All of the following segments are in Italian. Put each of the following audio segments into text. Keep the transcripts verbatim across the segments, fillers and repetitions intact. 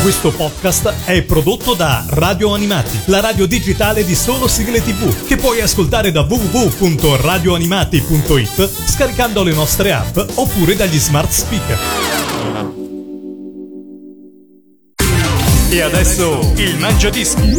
Questo podcast è prodotto da Radio Animati, la radio digitale di solo sigle tivù, che puoi ascoltare da w w w punto radio animati punto i t scaricando le nostre app oppure dagli smart speaker. E adesso il Mangiadischi.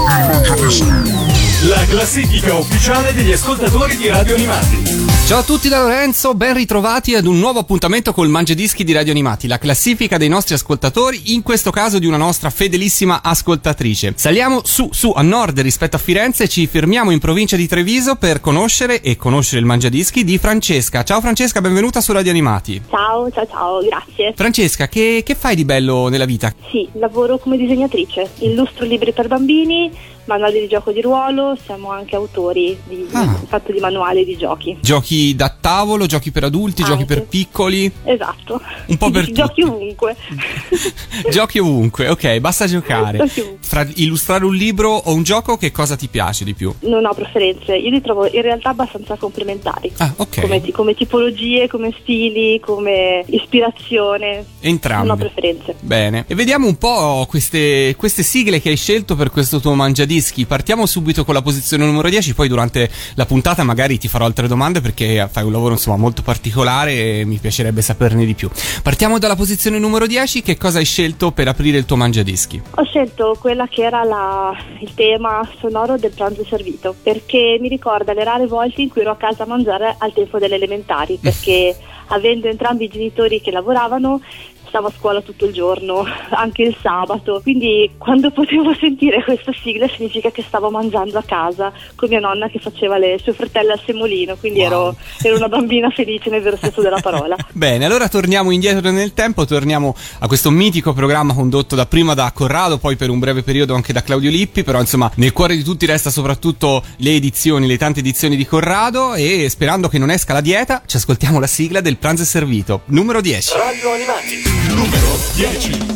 La classifica ufficiale degli ascoltatori di Radio Animati. Ciao a tutti da Lorenzo, ben ritrovati ad un nuovo appuntamento col Mangiadischi di Radio Animati, la classifica dei nostri ascoltatori, in questo caso di una nostra fedelissima ascoltatrice. Saliamo su, su a nord rispetto a Firenze e ci fermiamo in provincia di Treviso per conoscere e conoscere il Mangiadischi di Francesca. Ciao Francesca, benvenuta su Radio Animati. Ciao, ciao, ciao, grazie. Francesca, che, che fai di bello nella vita? Sì, lavoro come disegnatrice, illustro libri per bambini, manuali di gioco di ruolo, siamo anche autori di, ah. fatto di manuali di giochi. Giochi da tavolo, giochi per adulti, Anche. Giochi per piccoli? Esatto. Un po' per Giochi tutti. ovunque. Giochi ovunque, ok, basta giocare. Giochi ovunque. Fra illustrare un libro o un gioco, che cosa ti piace di più? Non ho preferenze, io li trovo in realtà abbastanza complementari. Ah, ok. Come, come tipologie, come stili, come ispirazione. Entrambi. Non ho preferenze. Bene. E vediamo un po' queste, queste sigle che hai scelto per questo tuo Mangiadischi. Partiamo subito con la posizione numero dieci, poi durante la puntata magari ti farò altre domande perché fai un lavoro insomma molto particolare e mi piacerebbe saperne di più. Partiamo dalla posizione numero dieci, che cosa hai scelto per aprire il tuo Mangiadischi? Ho scelto quella che era la, il tema sonoro del pranzo servito, perché mi ricorda le rare volte in cui ero a casa a mangiare al tempo delle elementari, perché avendo entrambi i genitori che lavoravano stavo a scuola tutto il giorno, anche il sabato, quindi quando potevo sentire questa sigla significa che stavo mangiando a casa con mia nonna che faceva le sue frittelle al semolino, quindi wow. ero, ero una bambina felice nel vero senso della parola. Bene, allora torniamo indietro nel tempo, torniamo a questo mitico programma condotto da prima da Corrado, poi per un breve periodo anche da Claudio Lippi, però insomma nel cuore di tutti resta soprattutto le edizioni, le tante edizioni di Corrado, e sperando che non esca la dieta ci ascoltiamo la sigla del pranzo è servito, numero dieci. Radio Animati. Numero dieci.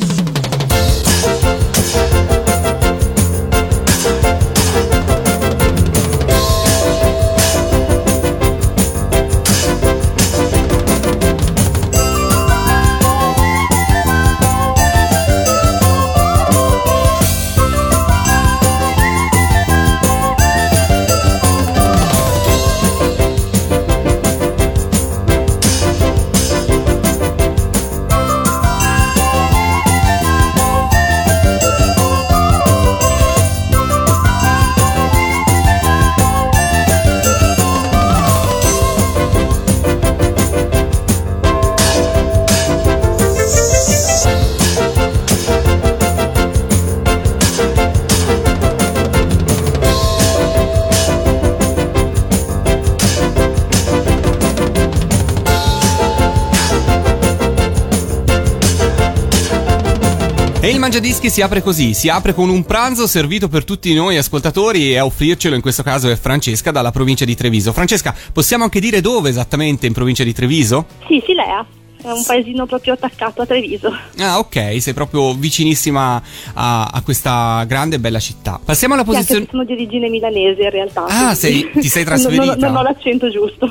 E il Mangiadischi si apre così, si apre con un pranzo servito per tutti noi ascoltatori, e a offrircelo in questo caso è Francesca dalla provincia di Treviso. Francesca, possiamo anche dire dove esattamente in provincia di Treviso? Sì, Silea. È un paesino proprio attaccato a Treviso. Ah, ok, sei proprio vicinissima a, a questa grande e bella città. Passiamo alla posizione... Sì, sono di origine milanese in realtà. Ah, sei, ti sei trasferita? non, non, non ho l'accento giusto.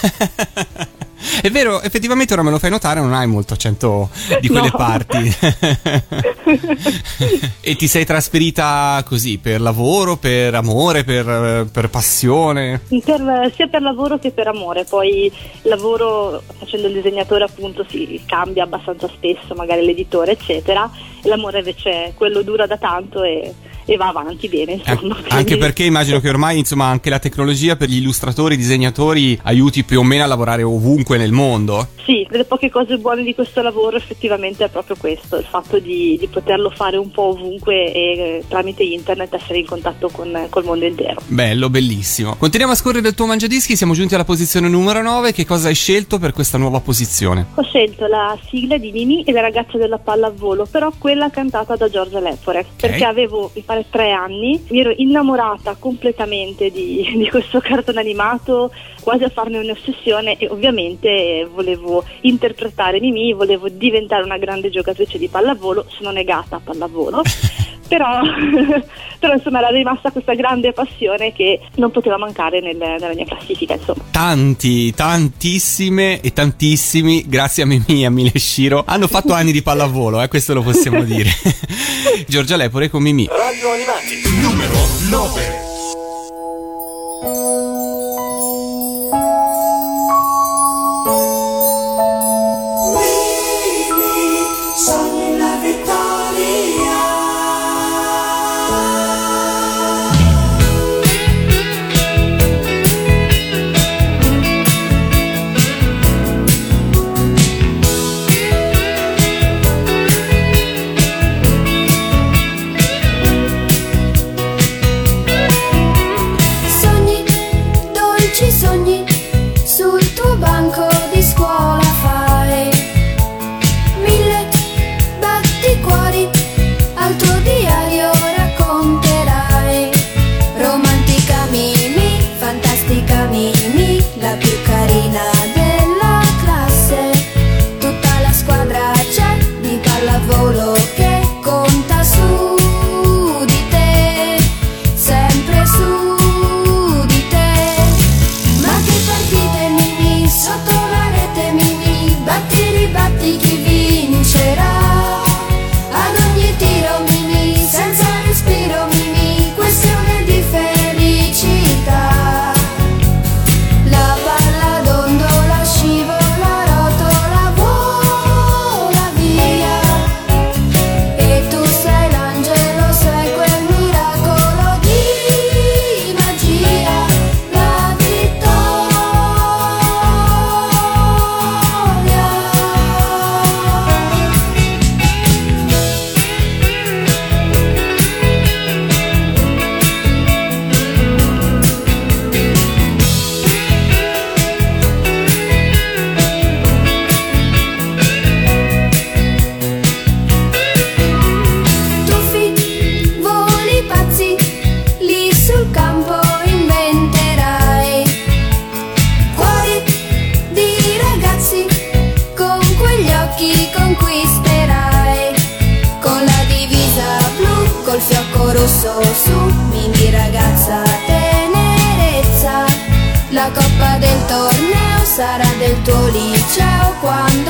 È vero, effettivamente ora me lo fai notare, non hai molto accento di quelle no. parti. E ti sei trasferita così, per lavoro, per amore, per, per passione? Per, sia per lavoro che per amore. Poi il lavoro, facendo il disegnatore appunto, si cambia abbastanza spesso, magari l'editore eccetera, e l'amore invece quello dura da tanto e, e va avanti bene, insomma. Eh, anche perché immagino che ormai insomma anche la tecnologia per gli illustratori, disegnatori aiuti più o meno a lavorare ovunque nel mondo. Sì, delle poche cose buone di questo lavoro effettivamente è proprio questo, il fatto di, di poterlo fare un po' ovunque e eh, tramite internet essere in contatto con col mondo intero. Bello, bellissimo. Continuiamo a scorrere il tuo Mangiadischi, siamo giunti alla posizione numero nove. Che cosa hai scelto per questa nuova posizione? Ho scelto la sigla di Mimì e le ragazze della pallavolo, però quella cantata da Giorgia Lepore, okay. Perché avevo, mi pare, tre anni, mi ero innamorata completamente di, di questo cartone animato, quasi a farne un'ossessione, e ovviamente volevo interpretare Mimì, volevo diventare una grande giocatrice di pallavolo. Sono negata a pallavolo però, però insomma era rimasta questa grande passione che non poteva mancare nel, nella mia classifica, insomma. Tanti, tantissime e tantissimi, grazie a Mimì e a Mile Shiro, hanno fatto anni di pallavolo, eh, questo lo possiamo dire. Giorgia Lepore con Mimì. Radio Animati, numero nove. Sarà del tuo liceo quando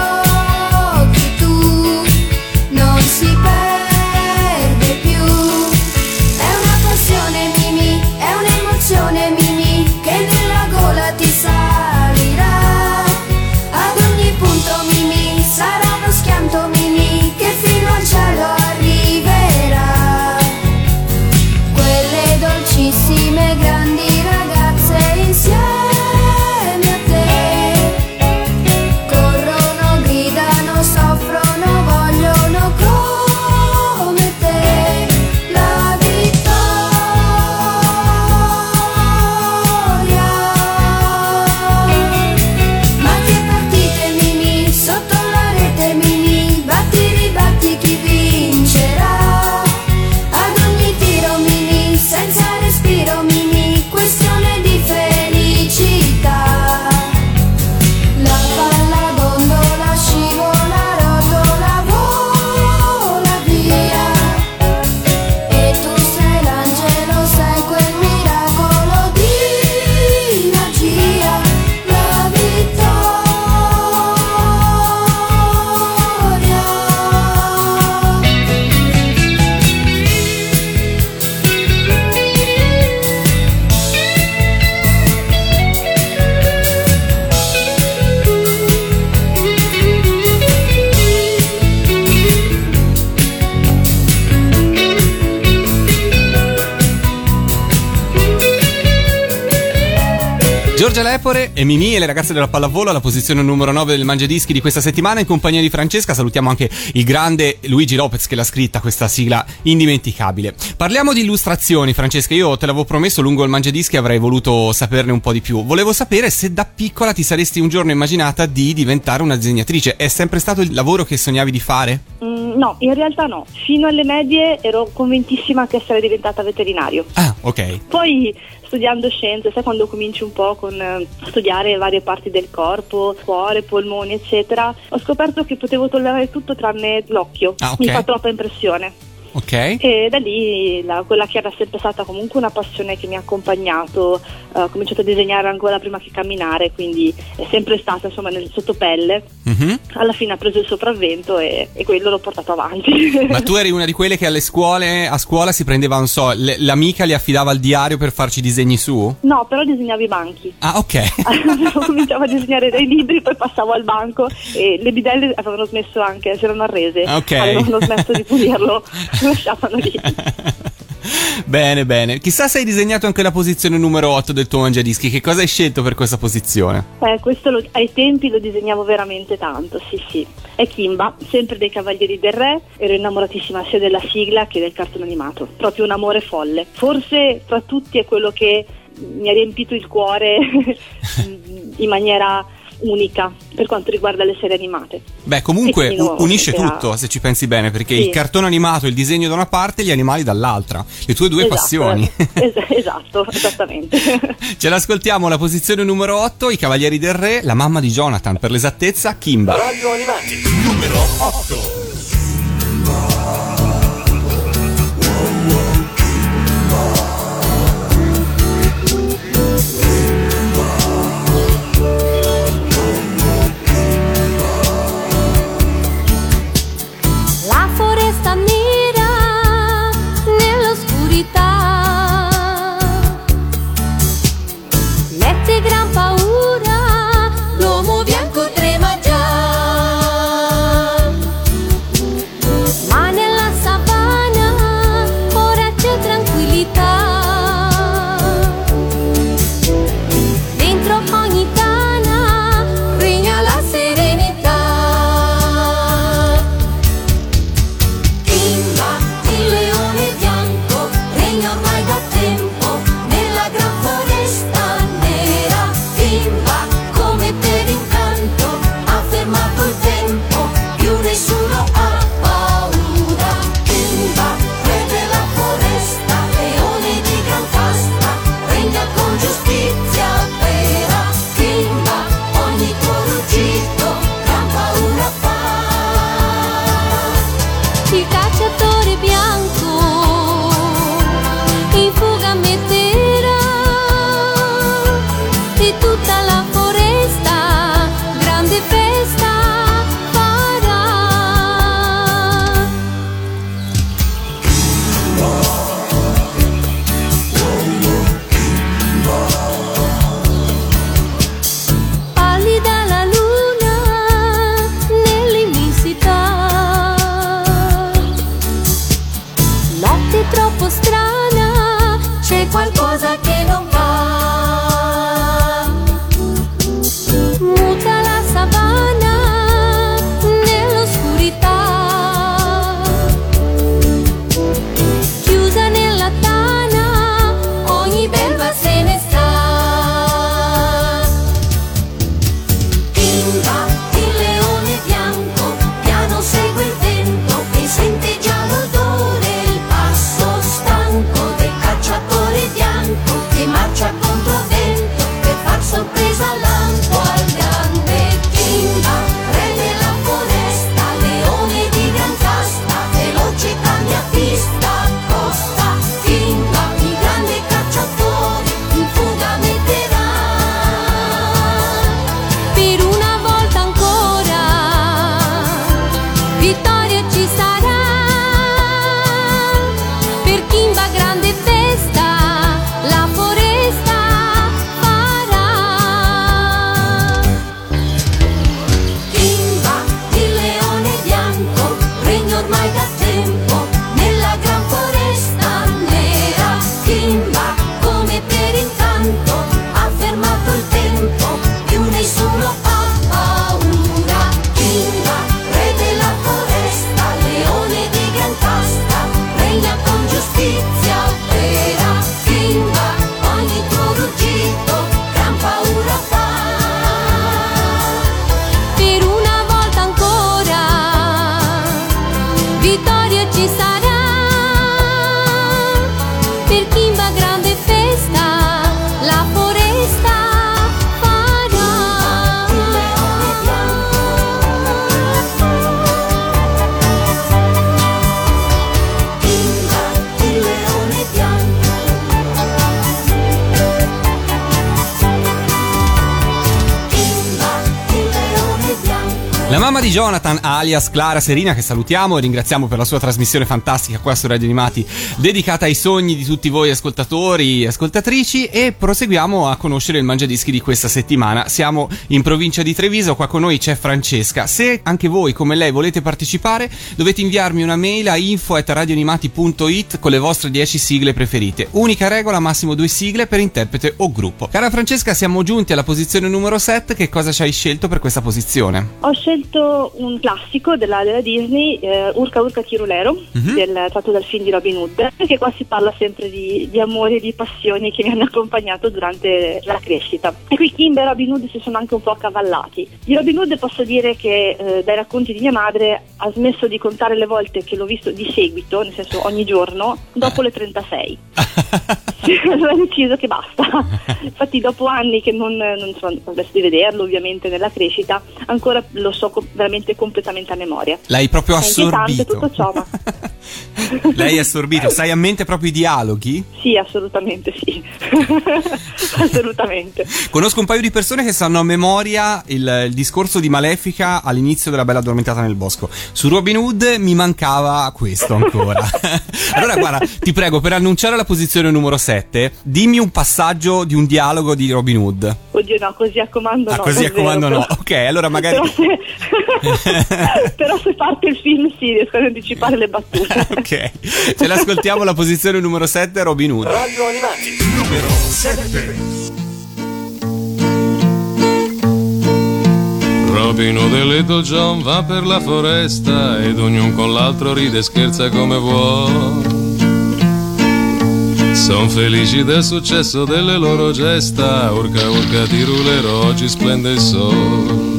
giochi tu, non si perde più. È una passione Mimì, è un'emozione Mimì, che nella gola ti salirà. Ad ogni punto Mimì, sarà uno schianto Mimì, che fino al cielo arriverà. Quelle dolcissime grandi ragazze insieme Giorgia Lepore e Mimì e le ragazze della pallavolo alla posizione numero nove del Mangiadischi di questa settimana in compagnia di Francesca. Salutiamo anche il grande Luigi Lopez che l'ha scritta questa sigla indimenticabile. Parliamo di illustrazioni, Francesca. Io te l'avevo promesso, lungo il Mangiadischi avrei voluto saperne un po' di più. Volevo sapere se da piccola ti saresti un giorno immaginata di diventare una disegnatrice. È sempre stato il lavoro che sognavi di fare? Mm, no, in realtà no. Fino alle medie ero convintissima che essere diventata veterinario. Ah, ok. Poi studiando scienze, sai, quando cominci un po' con eh, studiare varie parti del corpo, cuore, polmoni, eccetera, ho scoperto che potevo tollerare tutto tranne l'occhio. Ah, okay. Mi fa troppa impressione. Ok. E da lì la, quella che era sempre stata comunque una passione che mi ha accompagnato, uh, ho cominciato a disegnare ancora prima che camminare, quindi è sempre stata insomma nel sottopelle. Mm-hmm. Alla fine ha preso il sopravvento e, e quello l'ho portato avanti. Ma tu eri una di quelle che alle scuole, a scuola si prendeva, non so, le, l'amica le affidava il diario per farci disegni su? No, però disegnavo i banchi. Ah, ok. Cominciavo a disegnare dei libri, poi passavo al banco e le bidelle avevano smesso anche, si erano arrese, ok, avevano smesso di pulirlo, lo lasciavano lì. Bene, bene. Chissà se hai disegnato anche la posizione numero otto del tuo mangiadischi. Che cosa hai scelto per questa posizione? Eh, questo lo, ai tempi lo disegnavo veramente tanto, sì sì. È Kimba, sempre dei Cavalieri del Re. Ero innamoratissima sia della sigla che del cartone animato. Proprio un amore folle. Forse fra tutti è quello che mi ha riempito il cuore in maniera unica per quanto riguarda le serie animate. Beh, comunque E quindi, unisce era- tutto, se ci pensi bene, perché Sì. il cartone animato, il disegno da una parte e gli animali dall'altra. Le tue due Esatto, passioni. es- esatto, esattamente. Ce l'ascoltiamo, la posizione numero otto, i Cavalieri del Re, la mamma di Jonathan, per l'esattezza, Kimba. Radio Animati, numero otto. La foresta nera nell'oscurità mette gran paura, l'uomo bianco trema già, ma nella savana ora c'è tranquillità, dentro ogni tana regna la serenità. Kimba, il leone bianco, regna ormai da tempo nella gran foresta nera. Kimba, come per incanto, ha fermato il tempo, più nessuno ha paura. Kimba, re della foresta, leone di gran casta, regna con giustizia vera. Kimba, ogni tuo ruggito, gran paura fa. Il cacciatore bianco in fuga metterà e tutta la foresta grande festa farà. Pallida la luna nell'immensità, notte troppo strana, c'è qualcosa che non va. Muta la savana nell'oscurità, chiusa nella tana, ogni belva se ne sta. Kimba, il leone bianco, piano segue il vento e sente già l'odore, il passo stanco del cacciatore bianco. mamma di Jonathan, alias Clara Serina, che salutiamo e ringraziamo per la sua trasmissione fantastica qua su Radio Animati, dedicata ai sogni di tutti voi ascoltatori e ascoltatrici, e proseguiamo a conoscere il Mangiadischi di questa settimana. Siamo in provincia di Treviso, qua con noi c'è Francesca. Se anche voi come lei volete partecipare, dovete inviarmi una mail a info at radioanimati punto it con le vostre dieci sigle preferite. Unica regola, massimo due sigle per interprete o gruppo. Cara Francesca, siamo giunti alla posizione numero sette. Che cosa ci hai scelto per questa posizione? Ho scelto un classico della, della Disney, eh, Urca Urca Tirulero, mm-hmm. del, tratto dal film di Robin Hood, perché qua si parla sempre di, di amori e di passioni che mi hanno accompagnato durante la crescita. E qui Kimber e Robin Hood si sono anche un po' accavallati. Di Robin Hood posso dire che eh, dai racconti di mia madre ha smesso di contare le volte che l'ho visto di seguito, nel senso ogni giorno, dopo le trentasei. Ho deciso che basta. Infatti dopo anni che non, non sono adesso di vederlo ovviamente nella crescita, ancora lo so co- veramente completamente a memoria. L'hai proprio È assorbito. tutto ciò, ma Lei è assorbito, sai a mente proprio i dialoghi? sì, assolutamente sì. Assolutamente. Conosco un paio di persone che sanno a memoria il, il discorso di Malefica all'inizio della Bella Addormentata nel bosco. Su Robin Hood mi mancava questo ancora. Allora guarda, ti prego, per annunciare la posizione numero sette, dimmi un passaggio di un dialogo di Robin Hood. Oddio no, così a comando ah, no. così a davvero, comando no. però- Ok, allora magari Però se... però se parte il film sì, riesco ad anticipare le battute. ok, ce l'ascoltiamo la posizione numero sette, Robin Hood. Radio Animati numero sette. Robin Hood e Little John va per la foresta ed ognuno con l'altro ride e scherza come vuole. Son felici del successo delle loro gesta, urca urca tirulero, oggi splende il sole.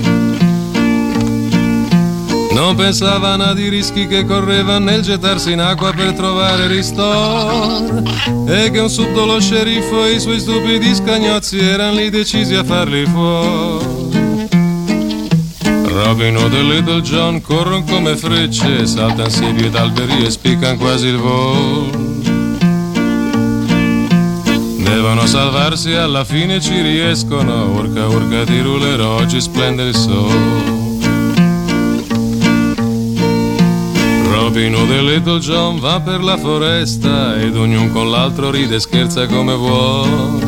Non pensavano ai rischi che correvano nel gettarsi in acqua per trovare ristoro, e che un subdolo sceriffo e i suoi stupidi scagnozzi erano lì decisi a farli fuori. Robin Hood e Little John corrono come frecce, saltano sui piedi alberi e spiccano quasi il volo. Devono salvarsi, alla fine ci riescono, urca urca tirulero, oggi splende il sole. Robin Hood e Little John va per la foresta ed ognuno con l'altro ride e scherza come vuole.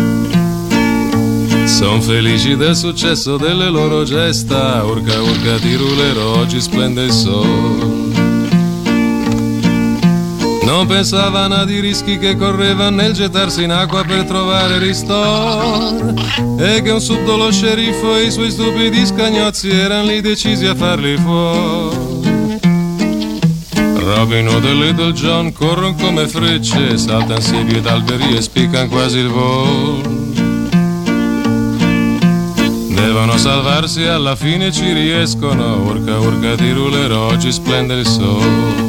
Son felici del successo delle loro gesta, urca urca tirulero, oggi splende il sole. Non pensavano ai rischi che correvano nel gettarsi in acqua per trovare ristoro, e che un subdolo sceriffo e i suoi stupidi scagnozzi erano lì decisi a farli fuori. Robin Hood e Little John corrono come frecce, saltano sui piedi alberi e spiccano quasi il volo. Devono salvarsi, alla fine ci riescono, urca urca tirulero, oggi splende il sole.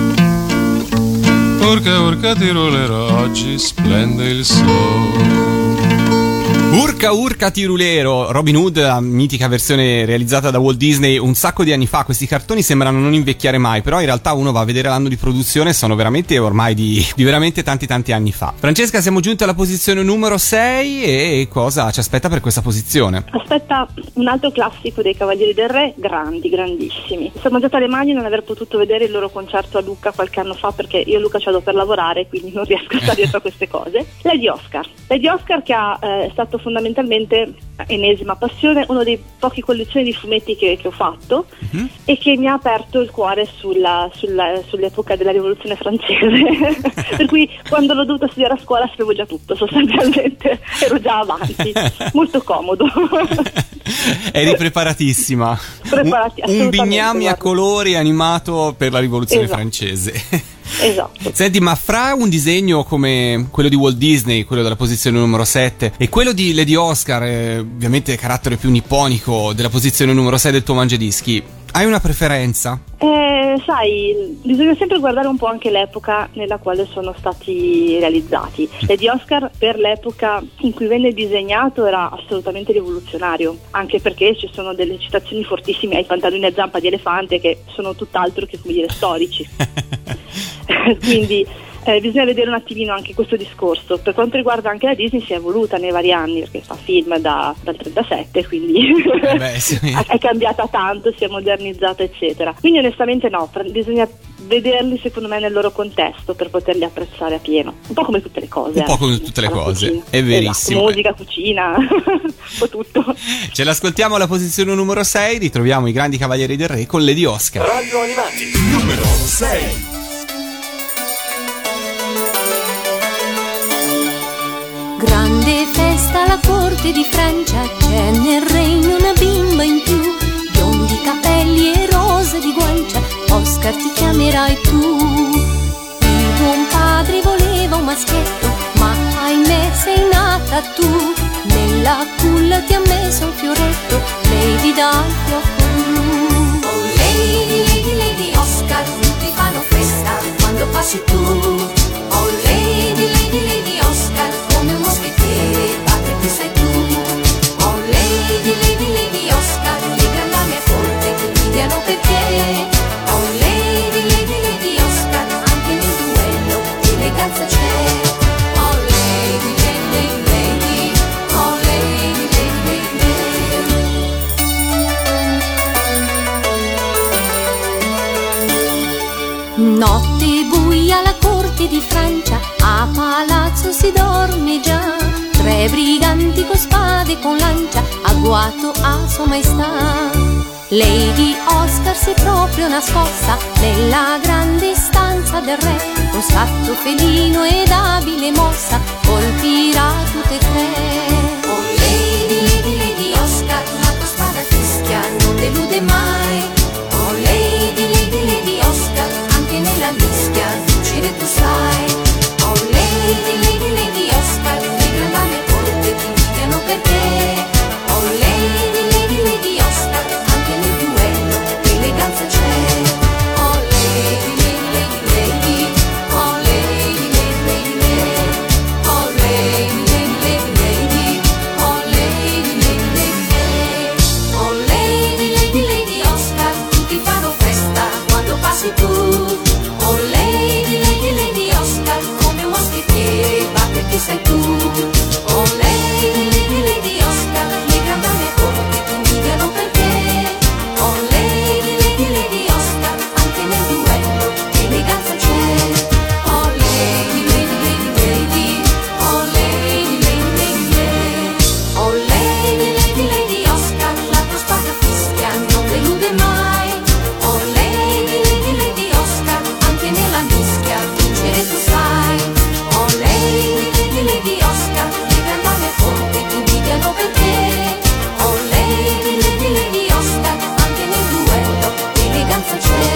Urca urca tirulero, oggi splende il sole. Urca Urca Tirulero, Robin Hood, la mitica versione realizzata da Walt Disney un sacco di anni fa. Questi cartoni sembrano non invecchiare mai, però in realtà uno va a vedere l'anno di produzione, sono veramente ormai di, di veramente tanti tanti anni fa. Francesca, siamo giunti alla posizione numero sei, e cosa ci aspetta per questa posizione? Aspetta un altro classico dei Cavalieri del Re, grandi, grandissimi. Sono mangiata le mani non aver potuto vedere il loro concerto a Lucca qualche anno fa, perché io e Luca ci vado per lavorare, quindi non riesco a stare dietro a queste cose. Lady Oscar. Lady Oscar che ha, eh, è stato fondamentalmente, ennesima passione, uno dei pochi collezioni di fumetti che, che ho fatto, mm-hmm. e che mi ha aperto il cuore sulla, sulla, sull'epoca della rivoluzione francese. Per cui quando l'ho dovuta studiare a scuola sapevo già tutto, sostanzialmente ero già avanti, molto comodo. Eri preparatissima. Preparati, un, un bignami a guarda. colori animato per la rivoluzione Esatto. francese. Esatto. Senti, ma fra un disegno come quello di Walt Disney, quello della posizione numero sette, e quello di Lady Oscar, eh, ovviamente carattere più nipponico della posizione numero sei del tuo Mangiadischi, hai una preferenza? Eh, sai, bisogna sempre guardare un po' anche l'epoca nella quale sono stati realizzati. Lady Oscar, per l'epoca in cui venne disegnato, era assolutamente rivoluzionario, anche perché ci sono delle citazioni fortissime ai pantaloni a zampa di elefante che sono tutt'altro che, come dire, storici. Quindi Eh, bisogna vedere un attimino anche questo discorso. Per quanto riguarda anche la Disney, si è evoluta nei vari anni, perché fa film da, dal trentasette, quindi eh beh, sì. è cambiata tanto, si è modernizzata, eccetera. Quindi onestamente no, bisogna vederli secondo me nel loro contesto per poterli apprezzare a pieno. Un po' come tutte le cose. Un po' come eh. tutte le Alla cose, cucina. è verissimo. Esatto, musica, cucina, un po' tutto. Ce l'ascoltiamo alla posizione numero sei, ritroviamo i grandi cavalieri del re con Lady Oscar. Radio Animati, numero sei. Grande festa alla corte di Francia, c'è nel regno una bimba in più, biondi capelli e rose di guancia, Oscar ti chiamerai tu. Il buon padre voleva un maschietto, ma ahimè sei nata tu, nella culla ti ha messo un fioretto, Lady dal fiocco blu. Oh Lady, Lady, Lady Oscar, tutti fanno festa quando passi tu. Oh Lady, Lady, Lady Oscar, come un moschettiere, padre che sei tu. Oh Lady, Lady, Lady Oscar, le grandame forte ti invidiano perché. Oh Lady, Lady, Lady Oscar, anche nel duello eleganza c'è. Oh Lady, Lady, Lady, Lady, oh Lady, Lady, Lady, Lady. Notte buia alla corte di Francia, a palazzo si dorme già, tre briganti con spade e con lancia, agguato a sua maestà. Lady Oscar si è proprio nascosta nella grande stanza del re, con scatto felino ed abile mossa colpirà tutte e tre. Oh Lady, Lady, Lady Oscar, la tua spada fischia non delude mai. Oh Lady, Lady, Lady Oscar, anche nella mischia vincere tu sai. Oh Lady, Lady, Lady Oscar, le grandame corte ti invidiano perché. Oh Lady, Lady, Lady Oscar, anche nel duello eleganza c'è. Oh Lady, Lady, Lady, Lady, oh Lady, Lady, Lady, Lady, oh Lady, Lady, Lady, Lady, oh Lady, Lady, Lady, Lady. Oh Lady, Lady, Lady Oscar, tutti fanno festa quando passi tu. Oh Lady, Lady, Lady Oscar, come un moschettiere, va perché sei tu. Oh Lady, Lady, Lady Oscar, le grandame corte ti invidiano perché. Oh Lady, Lady, Lady Oscar, anche nel duello eleganza c'è. Oh Lady, Lady, Lady, Lady, oh Lady, Lady, Lady, Lady. Oh Lady, Lady, Lady Oscar, la tua spada fischia non delude mai. Oh Lady, Lady, Lady Oscar, anche nella mischia vincere tu sai. Oh Lady, Lady, Lady Oscar, le grandame forte ti invidiano perché. Oh Lady, Lady, Lady Oscar, anche nel duello eleganza c'è.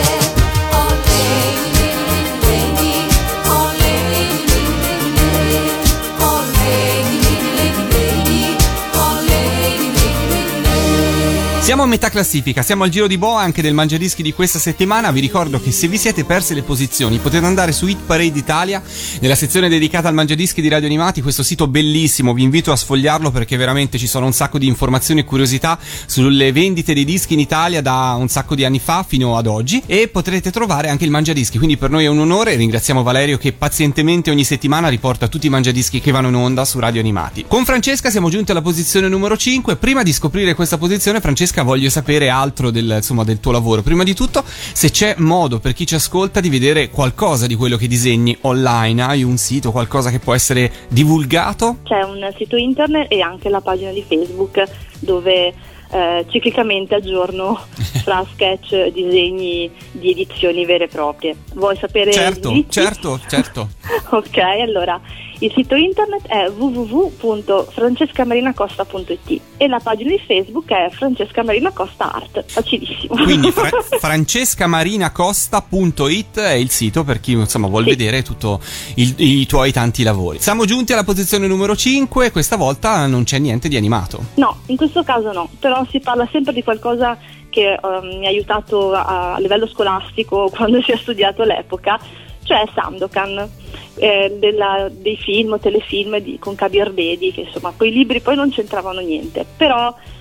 Oh Lady, Lady, Lady, Lady, oh Lady, Lady, Lady, Lady, oh Lady, Lady, Lady, Lady, oh Lady, Lady, Lady, Lady. Siamo a metà classifica, siamo al giro di boa anche del Mangiadischi di questa settimana. Vi ricordo che se vi siete persi le posizioni potete andare su Hit Parade Italia, nella sezione dedicata al Mangiadischi di Radio Animati, questo sito bellissimo, vi invito a sfogliarlo perché veramente ci sono un sacco di informazioni e curiosità sulle vendite dei dischi in Italia da un sacco di anni fa fino ad oggi, e potrete trovare anche il Mangiadischi, quindi per noi è un onore. Ringraziamo Valerio che pazientemente ogni settimana riporta tutti i Mangiadischi che vanno in onda su Radio Animati. Con Francesca siamo giunti alla posizione numero cinque. Prima di scoprire questa posizione, Francesca, voglio sapere altro del, insomma, del tuo lavoro. Prima di tutto, se c'è modo per chi ci ascolta di vedere qualcosa di quello che disegni online, hai un sito, qualcosa che può essere divulgato? C'è un sito internet e anche la pagina di Facebook dove eh, ciclicamente aggiorno fra sketch, disegni di edizioni vere e proprie. Vuoi sapere? Certo, i certo, certo. Ok, allora il sito internet è w w w punto francesca marina costa punto i t e la pagina di Facebook è Francesca Marina Costa Art, facilissimo. Quindi fra- francesca marina costa punto i t è il sito per chi insomma vuol Sì. vedere tutto il, i tuoi tanti lavori. Siamo giunti alla posizione numero cinque, questa volta non c'è niente di animato. No, in questo caso no, però si parla sempre di qualcosa che um, mi ha aiutato a, a livello scolastico quando si è studiato all'epoca, cioè Sandokan, eh, della, dei film, telefilm di, con Kabir Bedi, che insomma quei libri poi non c'entravano niente, però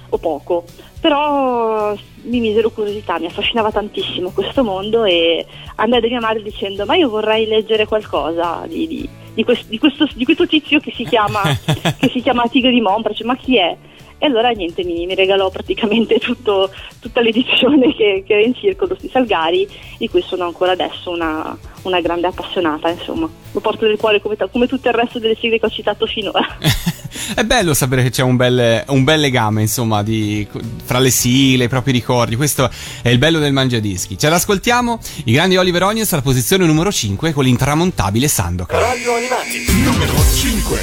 o poco, però mi misero curiosità, mi affascinava tantissimo questo mondo e andai da mia madre dicendo: ma io vorrei leggere qualcosa di, di, di, questo, di, questo, di questo tizio che si chiama che si chiama Tigre di Montparnasse, ma chi è? E allora niente, mi, mi regalò praticamente tutto, tutta l'edizione che, che era in circolo di Salgari, di cui sono ancora adesso una, una grande appassionata, insomma. Lo porto nel cuore come, come tutto il resto delle sigle che ho citato finora. È bello sapere che c'è un bel, un bel legame, insomma, di, fra le sigle, i propri ricordi. Questo è il bello del Mangiadischi. Ce l'ascoltiamo, i grandi Oliver Onions alla posizione numero cinque con l'intramontabile Sandokan. Radio Animati, numero cinque.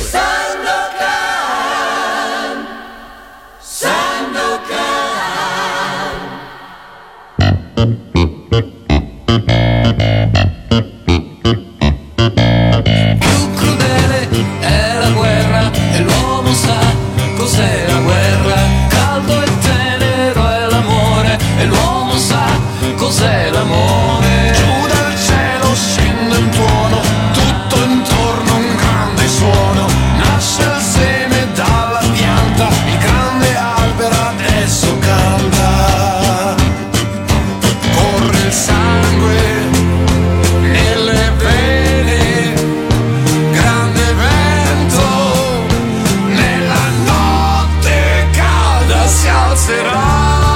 Più crudele è la guerra e l'uomo sa cos'è la guerra. Caldo e tenero è l'amore e l'uomo sa cos'è l'amore. Giù dal cielo scende un tuono, tutto intorno un grande suono. Nasce il seme dalla pianta, il grande albero adesso canta. Corre il sangue nelle vene, grande vento, nella notte calda si alzerà.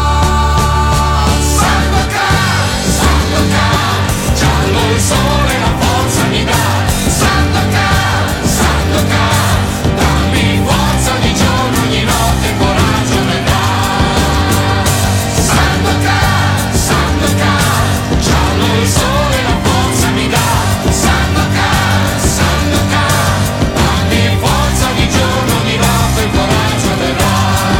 Sandokan, Sandokan, giallo il sole la forza mi dà. Sandokan, Sandokan, dammi forza ogni giorno, ogni notte, coraggio mi dà. Sandokan, Sandokan, giallo il sole la forza mi dà. Sandokan, Sandokan, dammi forza ogni giorno, ogni notte, il coraggio verrà.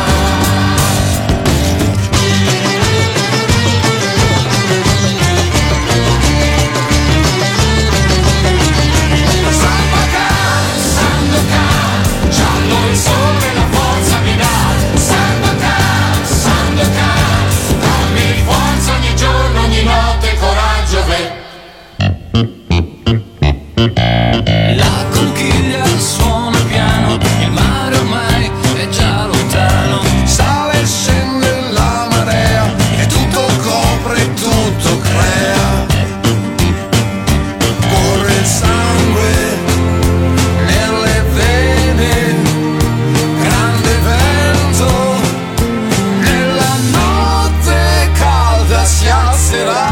Sandokan, Sandokan, giallo il sole la forza mi dà. Sandokan, Sandokan, dammi forza ogni giorno, ogni notte, coraggio verrà. La conchiglia suona piano, il mare ormai è già lontano. Sale e scende la marea e tutto copre, tutto crea. Corre il sangue nelle vene, grande vento, nella notte calda si alzerà.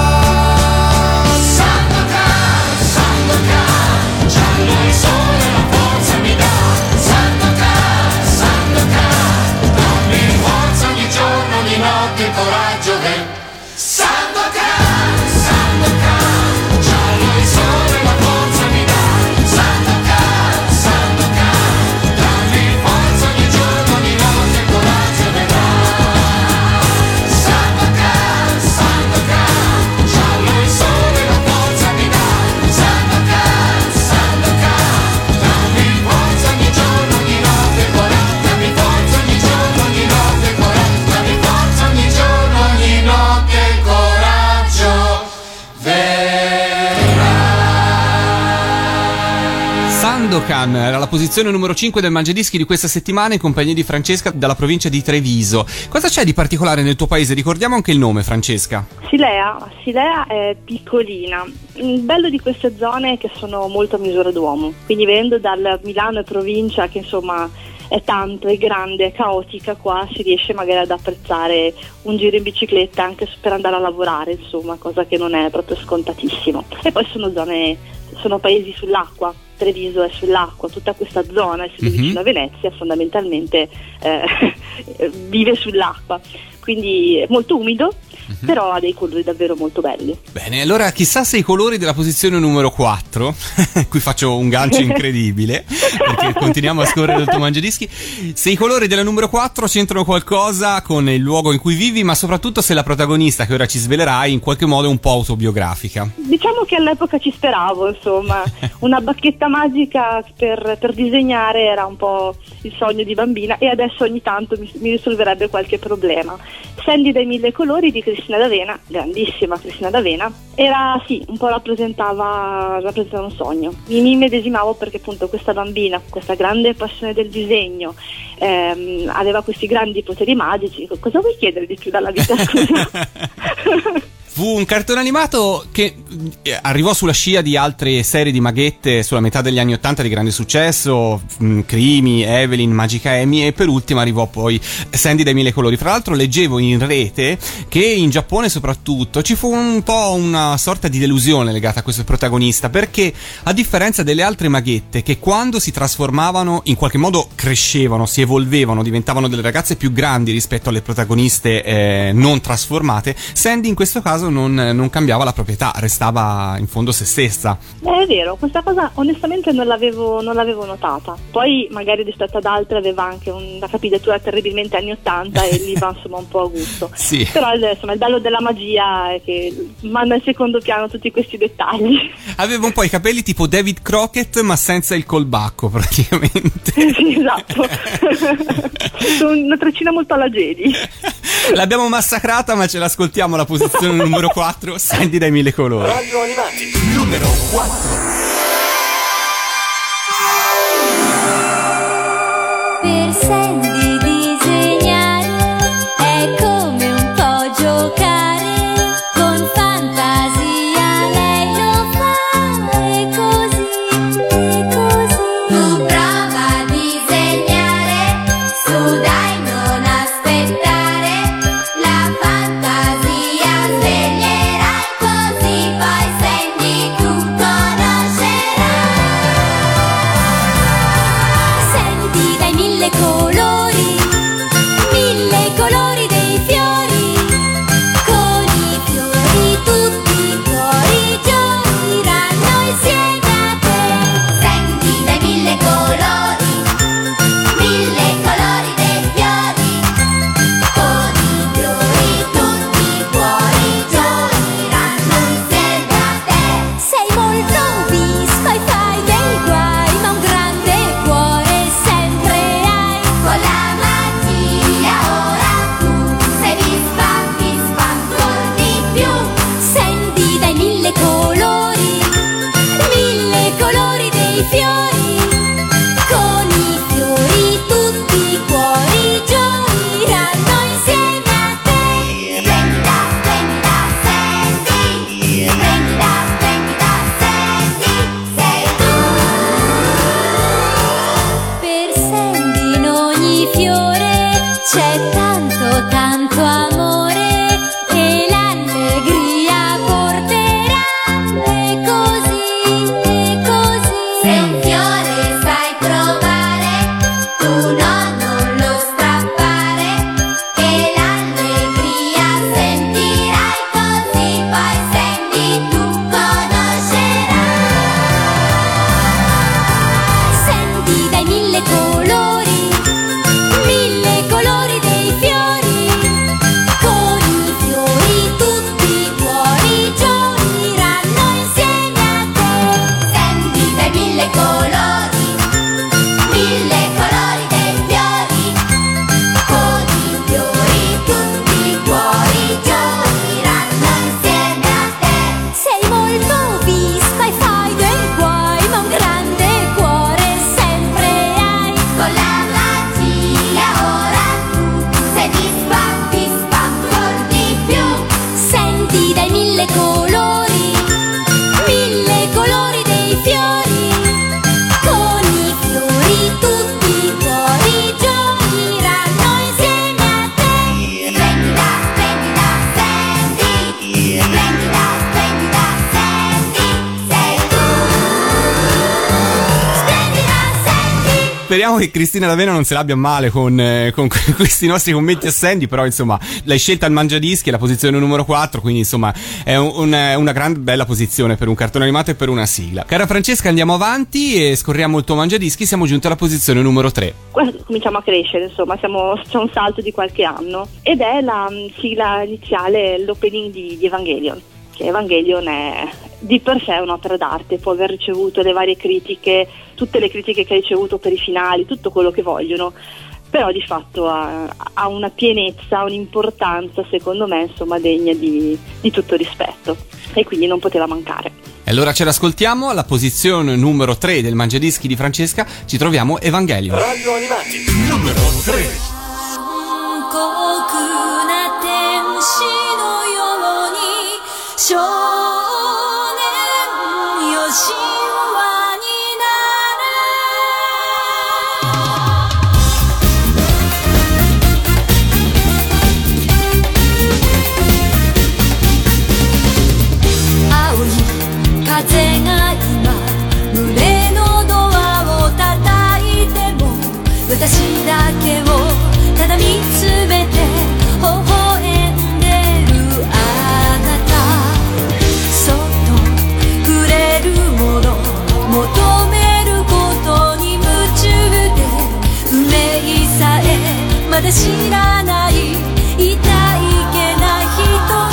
Sandokan, Sandokan, giallo il sole la forza mi dà. Sandokan, Sandokan, dammi forza ogni giorno, ogni notte, coraggio ven. Sandokan, Sandokan, giallo il sole la forza mi dà. Sandokan, Sandokan, dammi forza ogni giorno, ogni notte, coraggio verrà. Sandokan, Sandokan, giallo il sole la forza mi dà. Sandokan, Sandokan, dammi forza ogni giorno, ogni notte, coraggio. Dammi forza ogni giorno, ogni notte, coraggio. Dammi forza ogni giorno, ogni notte, coraggio verrà. Sandokan era la posizione numero cinque del Mangiadischi di questa settimana in compagnia di Francesca dalla provincia di Treviso. Cosa c'è di particolare nel tuo paese? Ricordiamo anche il nome, Francesca. Silea, Silea è piccolina. Il bello di queste zone è che sono molto a misura d'uomo, quindi venendo dal Milano e provincia, che insomma è tanto, è grande, è caotica, qua si riesce magari ad apprezzare un giro in bicicletta anche per andare a lavorare, insomma, cosa che non è proprio scontatissimo. E poi sono zone, sono paesi sull'acqua. Treviso è sull'acqua, tutta questa zona, essendo Mhm. vicino a Venezia, fondamentalmente eh, vive sull'acqua, quindi è molto umido, però ha dei colori davvero molto belli. Bene, allora chissà se i colori della posizione numero quattro, qui faccio un gancio incredibile, perché continuiamo a scorrere il tuo Mangiadischi, se i colori della numero quattro c'entrano qualcosa con il luogo in cui vivi, ma soprattutto se la protagonista, che ora ci svelerai, in qualche modo è un po' autobiografica. Diciamo che all'epoca ci speravo, insomma, una bacchetta magica per, per disegnare era un po' il sogno di bambina, e adesso ogni tanto mi, mi risolverebbe qualche problema. Sandy dai mille colori di Cristina D'Avena, grandissima Cristina D'Avena, era sì, un po' rappresentava, rappresentava un sogno. Mi, mi medesimavo perché appunto questa bambina, questa grande passione del disegno, ehm, aveva questi grandi poteri magici. Cosa vuoi chiedere di più dalla vita? Scusa. Fu un cartone animato che arrivò sulla scia di altre serie di maghette sulla metà degli anni ottanta di grande successo, Crimi, Evelyn, Magica Amy, e per ultima arrivò poi Sandy dai mille colori. Fra l'altro leggevo in rete che in Giappone soprattutto ci fu un po' una sorta di delusione legata a questo protagonista, perché a differenza delle altre maghette che quando si trasformavano in qualche modo crescevano, si evolvevano, diventavano delle ragazze più grandi rispetto alle protagoniste eh, non trasformate, Sandy in questo caso Non, non cambiava la proprietà, restava in fondo se stessa. Eh, è vero, questa cosa onestamente non l'avevo, non l'avevo notata. Poi magari rispetto ad altre aveva anche una capigliatura terribilmente anni ottanta e lì va insomma un po' a gusto. Sì. Però insomma il bello della magia è che manda in secondo piano tutti questi dettagli. Aveva un po' i capelli tipo David Crockett ma senza il colbacco praticamente. Sì, esatto. Una treccina molto alla Jedi. L'abbiamo massacrata ma ce l'ascoltiamo alla posizione numero quattro, Sandy dai mille colori. Radio Animati, numero quattro. Per Sandy disegnare è come un po' giocare, con fantasia lei lo fa e così, e così. Tu prova a disegnare, su dai non aspettare, la fantasia sveglierai, così poi Sandy tu conoscerai. Sandy dai mille colori, mille colori dei fiori, con i fiori tutti i cuori gioiranno insieme a te. Sandy dai mille colori, mille colori dei fiori, con i fiori tutti i cuori gioiranno insieme a te. Sei molto vispa e fai dei guai, ma un grande cuore sempre hai. Con la magia ora tu sei vispa, vispa ancor di più. Sandy dai mille colori, mille colori dei fiori, con i fiori tutti i cuori gioiranno insieme a te. Splendida, splendida Sandy, splendida, splendida Sandy, sei tu. Per Sandy in ogni fiore c'è tanto, tanto amore e l'allegria porterà, e così, e così. Se un fiore sai trovare, tu no, non lo strappare, che l'allegria sentirai, così poi Sandy tu conoscerai. Sandy dai mille colori, mille colori dei fiori, con i fiori tutti i cuori gioiranno insieme a te. Sandy dai mille colori, mille colori dei fiori, con i fiori tutti i cuori gioiranno insieme a te. Sei molto vispa e fai dei guai, ma un grande cuore sempre hai. Con la magia ora tu sei vispa, vispa ancor di più. Sandy dai mille colori, mille colori dei fiori, con i fiori tutti i cuori gioiranno insieme a te. Splendida, splendida Sandy, splendida, splendida Sandy, sei tu. Splendida Sandy. Speriamo che Cristina D'Avena non se l'abbia male con, eh, con questi nostri commenti a Sandy, però insomma l'hai scelta al Mangiadischi, la posizione numero quattro, quindi insomma è un, un, una gran bella posizione per un cartone animato e per una sigla. Cara Francesca, andiamo avanti e scorriamo il tuo Mangiadischi, siamo giunti alla posizione numero tre. Qua cominciamo a crescere, insomma, siamo, c'è un salto di qualche anno ed è la mh, sigla iniziale, l'opening di, di Evangelion. Che Evangelion è di per sé un'opera d'arte, può aver ricevuto le varie critiche, tutte le critiche che ha ricevuto per i finali, tutto quello che vogliono, però di fatto ha, ha una pienezza, un'importanza secondo me insomma degna di, di tutto rispetto, e quindi non poteva mancare. E allora ce l'ascoltiamo, alla posizione numero tre del Mangiadischi di Francesca ci troviamo Evangelion. Radio Animati, numero tre. 残酷な天使のように少年よ神話になれ青い風が今胸のドアを叩いても私だけをただ見つめて微笑んでるあなたそっとくれるもの求めることに夢中で運命さえまだ知らない痛いけな瞳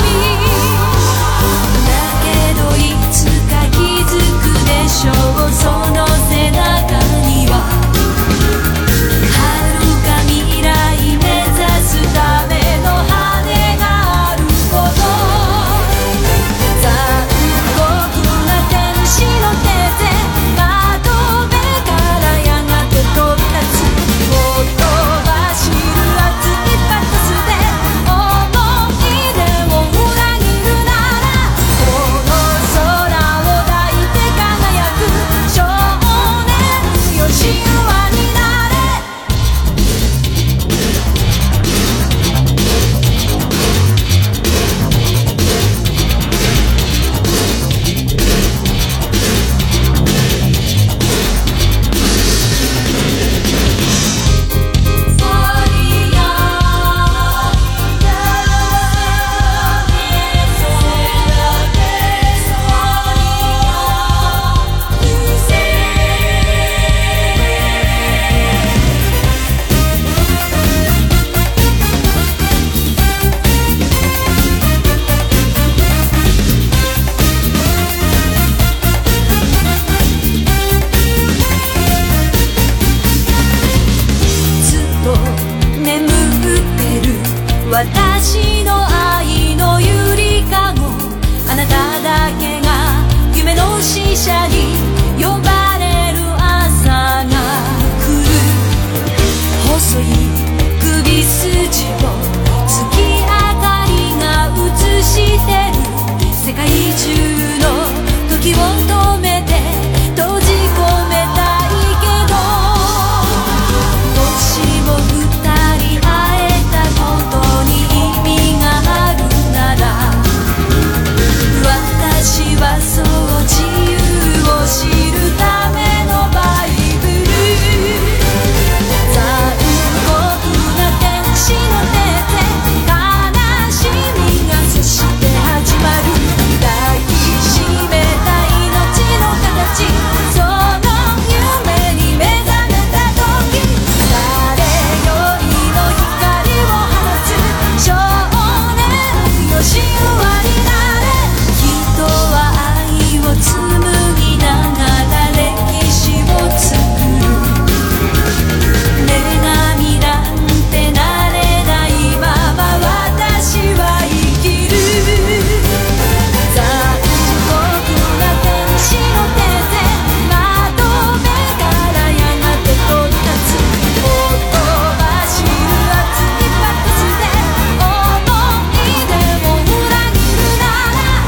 だけどいつか気づくでしょうその背中には私の愛のゆりかごあなただけが夢の使者に呼ばれる朝が来る細い首筋を月明かりが映してる世界中の時を止めて閉じ込めたいけどもしも二人会えたことに私はそう自由を知るためのバイブル残酷な天使の手で悲しみがそして始まる抱きしめた命の形その夢に目覚めた時誰よりも光を放つ少年よ神話になれ人は愛を紡ぎながら歴史を作る女神なんてなれないまま私は生きる残酷な天使の手でまとめからやがて飛び立つほとばしる熱いバックスで思い出を裏切るなら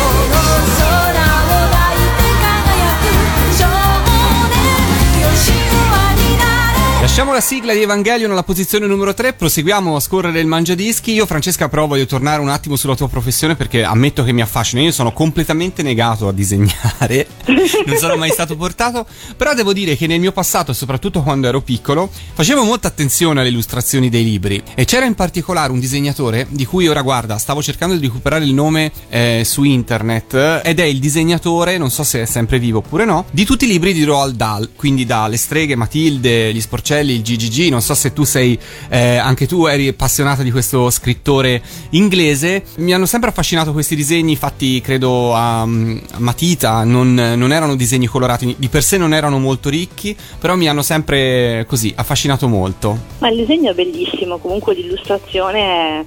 Lasciamo la sigla di Evangelion alla posizione numero tre, proseguiamo a scorrere il Mangiadischi. Io, Francesca, però voglio tornare un attimo sulla tua professione perché ammetto che mi affascina. Io sono completamente negato a disegnare, non sono mai stato portato, però devo dire che nel mio passato e soprattutto quando ero piccolo facevo molta attenzione alle illustrazioni dei libri e c'era in particolare un disegnatore di cui ora, guarda, stavo cercando di recuperare il nome eh, su internet ed è il disegnatore, non so se è sempre vivo oppure no, di tutti i libri di Roald Dahl, quindi da Le streghe, Matilde, Gli sporcelli Morelli, il G G G. Non so se tu sei eh, anche tu eri appassionata di questo scrittore inglese. Mi hanno sempre affascinato questi disegni fatti, credo, a, a matita. Non, non erano disegni colorati, di per sé non erano molto ricchi, però mi hanno sempre così affascinato molto. Ma il disegno è bellissimo, comunque l'illustrazione è...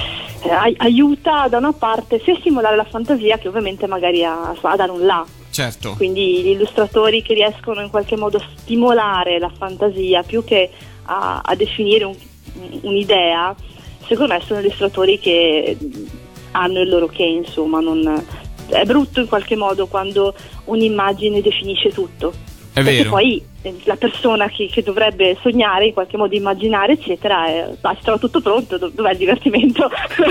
aiuta da una parte sia a stimolare la fantasia che ovviamente magari a, a dare un là. Certo. Quindi gli illustratori che riescono in qualche modo a stimolare la fantasia più che a, a definire un, un'idea, secondo me sono illustratori che hanno il loro che, insomma, non, è brutto in qualche modo quando un'immagine definisce tutto. È perché vero. poi la persona che, che dovrebbe sognare, in qualche modo immaginare, eccetera, è, ah, si trova tutto pronto, dov- dov'è il divertimento?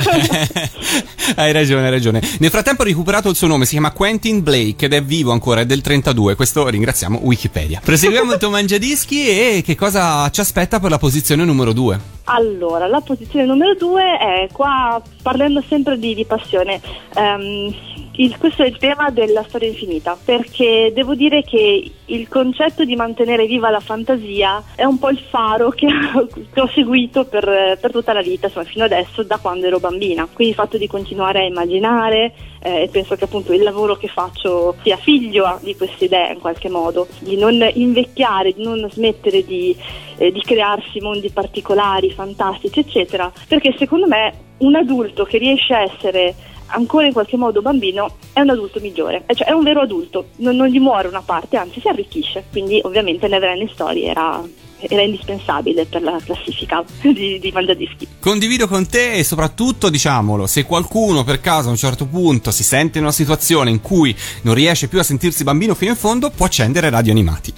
Hai ragione, hai ragione. Nel frattempo ho recuperato il suo nome, si chiama Quentin Blake ed è vivo ancora, è del trentadue. Questo ringraziamo Wikipedia. Proseguiamo il tuo mangiadischi e che cosa ci aspetta per la posizione numero due? Allora, la posizione numero due è qua, parlando sempre di, di passione. Um, il, questo è il tema della storia infinita, perché devo dire che il concetto di mantenere viva la fantasia è un po' il faro che, che ho seguito per, per tutta la vita, insomma, fino adesso, da quando ero bambina. Quindi il fatto di continuare a immaginare, eh, e penso che appunto il lavoro che faccio sia figlio di queste idee in qualche modo, di non invecchiare, di non smettere di, eh, di crearsi mondi particolari, fantastici, eccetera, perché secondo me un adulto che riesce a essere ancora in qualche modo bambino è un adulto migliore, cioè è un vero adulto, non, non gli muore una parte, anzi si arricchisce. Quindi ovviamente Neverending Story era, era indispensabile per la classifica di, di mangiadischi. Condivido con te e soprattutto, diciamolo, se qualcuno per caso a un certo punto si sente in una situazione in cui non riesce più a sentirsi bambino fino in fondo, può accendere Radio Animati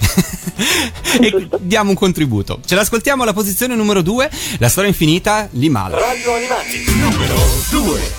e diamo un contributo. Ce l'ascoltiamo alla posizione numero due, La storia infinita, Limal. Radio Animati numero due.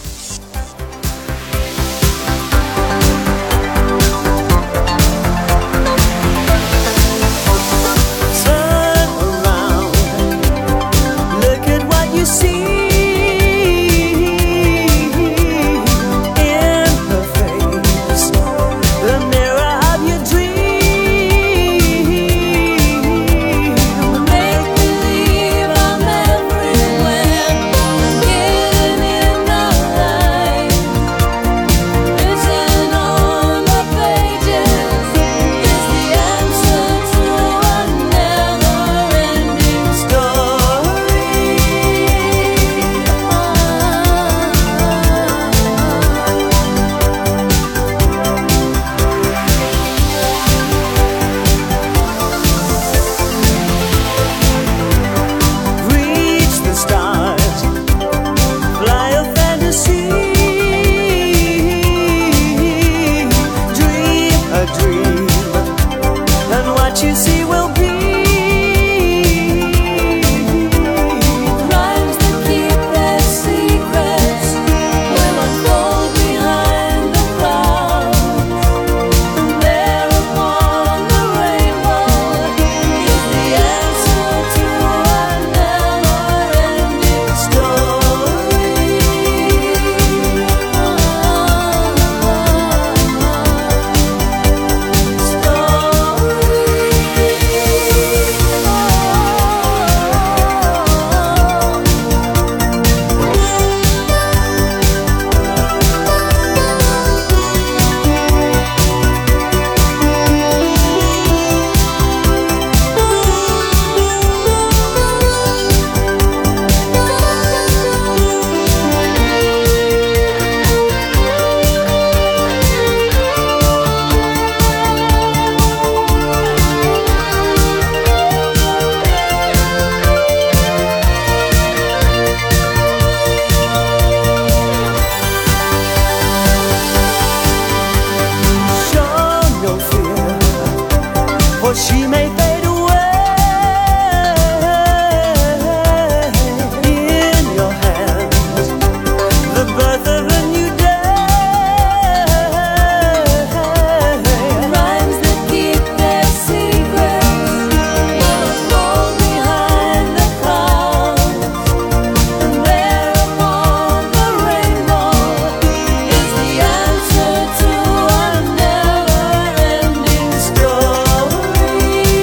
Story.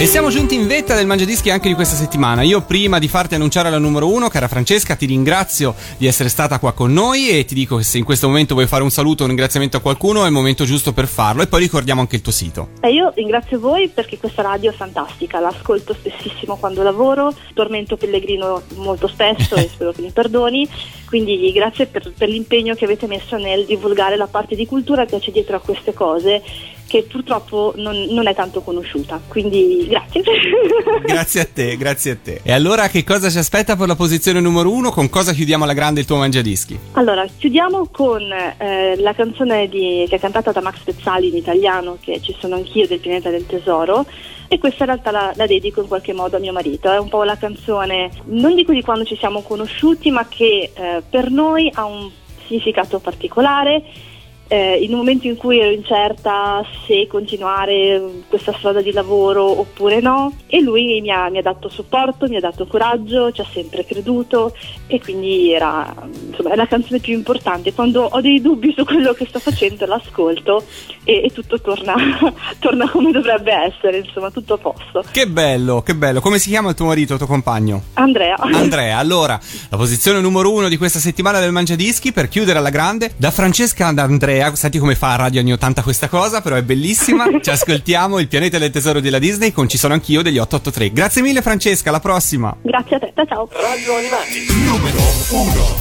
siamo giunti in vetta del Mangiadischi anche di questa settimana. Io, prima di farti annunciare la numero uno, cara Francesca, ti ringrazio di essere stata qua con noi e ti dico che se in questo momento vuoi fare un saluto o un ringraziamento a qualcuno è il momento giusto per farlo, e poi ricordiamo anche il tuo sito. E io ringrazio voi perché questa radio è fantastica, l'ascolto spessissimo quando lavoro, tormento Pellegrino molto spesso e spero che mi perdoni, quindi grazie per, per l'impegno che avete messo nel divulgare la parte di cultura che c'è dietro a queste cose, che purtroppo non, non è tanto conosciuta, quindi grazie. Grazie a te, grazie a te. E allora che cosa ci aspetta per la posizione numero uno? Con cosa chiudiamo alla grande il tuo Mangiadischi? Allora, chiudiamo con eh, la canzone di, che è cantata da Max Pezzali in italiano, che Ci sono anch'io, del Pianeta del Tesoro, e questa in realtà la, la dedico in qualche modo a mio marito. È un po' la canzone, non dico di quando ci siamo conosciuti, ma che eh, per noi ha un significato particolare. Eh, in un momento in cui ero incerta se continuare questa strada di lavoro oppure no, e lui mi ha, mi ha dato supporto, mi ha dato coraggio, ci ha sempre creduto, e quindi era, insomma, è la canzone più importante. Quando ho dei dubbi su quello che sto facendo l'ascolto e, e tutto torna, torna come dovrebbe essere, insomma, tutto a posto. Che bello, che bello. Come si chiama il tuo marito, il tuo compagno? Andrea. Andrea. Allora, la posizione numero uno di questa settimana del Mangiadischi, per chiudere alla grande, da Francesca ad Andrea. Senti come fa a Radio Anni ottanta questa cosa, però è bellissima. Ci ascoltiamo Il Pianeta del Tesoro della Disney con Ci sono anch'io degli otto otto tre. Grazie mille Francesca, alla prossima. Grazie a te, ciao. Radio Animati, numero uno.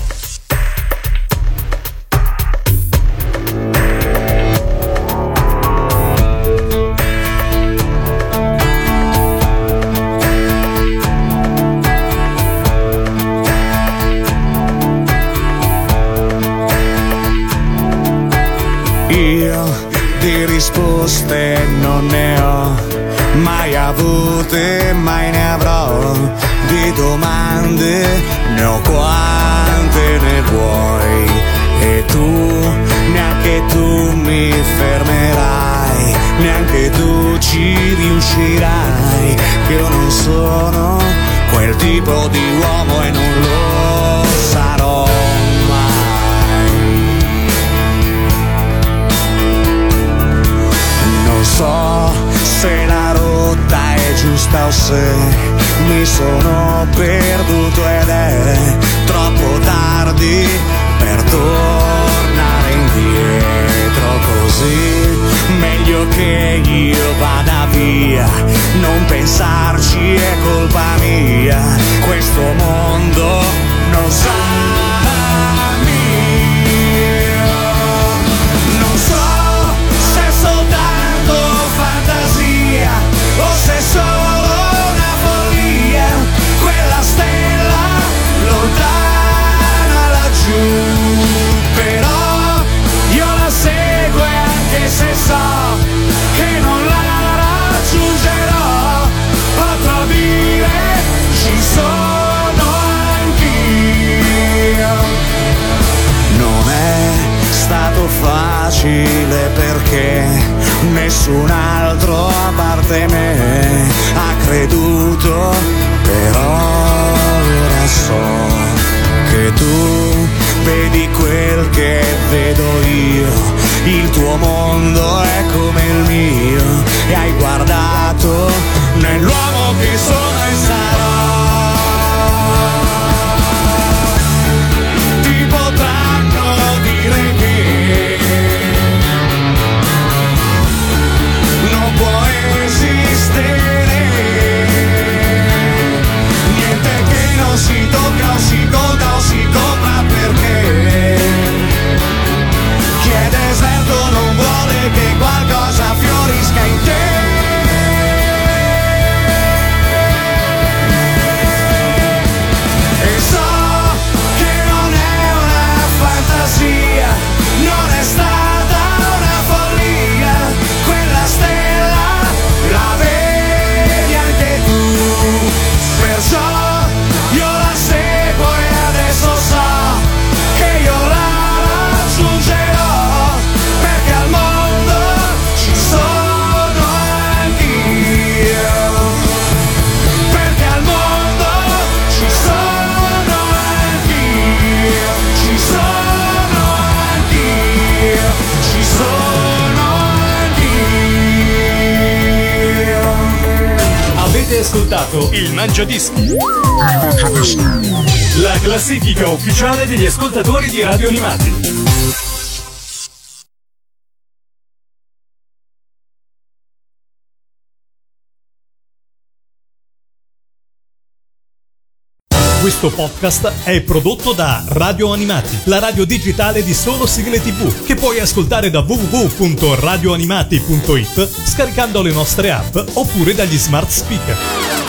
Io di risposte non ne ho mai avute, mai ne avrò. Di domande ne ho quante ne vuoi, e tu, neanche tu mi fermerai, neanche tu ci riuscirai, che io non sono quel tipo di uomo e non lo sarò. Non so se la rotta è giusta o se mi sono perduto ed è troppo tardi per tornare indietro, così meglio che io vada via, non pensarci è colpa mia, questo mondo non sarà mio. Non so se è soltanto fantasia o se è solo una follia, quella stella lontana laggiù, però io la seguo e anche se so che non la raggiungerò, potrò dire ci sono anch'io. Non è stato facile perché nessun altro a parte me ha creduto, però ora so che tu vedi quel che vedo io, il tuo mondo è come il mio e hai guardato nell'uomo che sono e sarò. Ti potranno dire che non può esistere niente che non si tocca o si conta o si compra, perché chi è deserto non vuole che qualcosa fiorisca in te. ascoltato il Mangiadischi, la classifica ufficiale degli ascoltatori di Radio Animati. Questo podcast è prodotto da Radio Animati, la radio digitale di solo sigle tivù, che puoi ascoltare da w w w punto radioanimati punto it scaricando le nostre app oppure dagli smart speaker.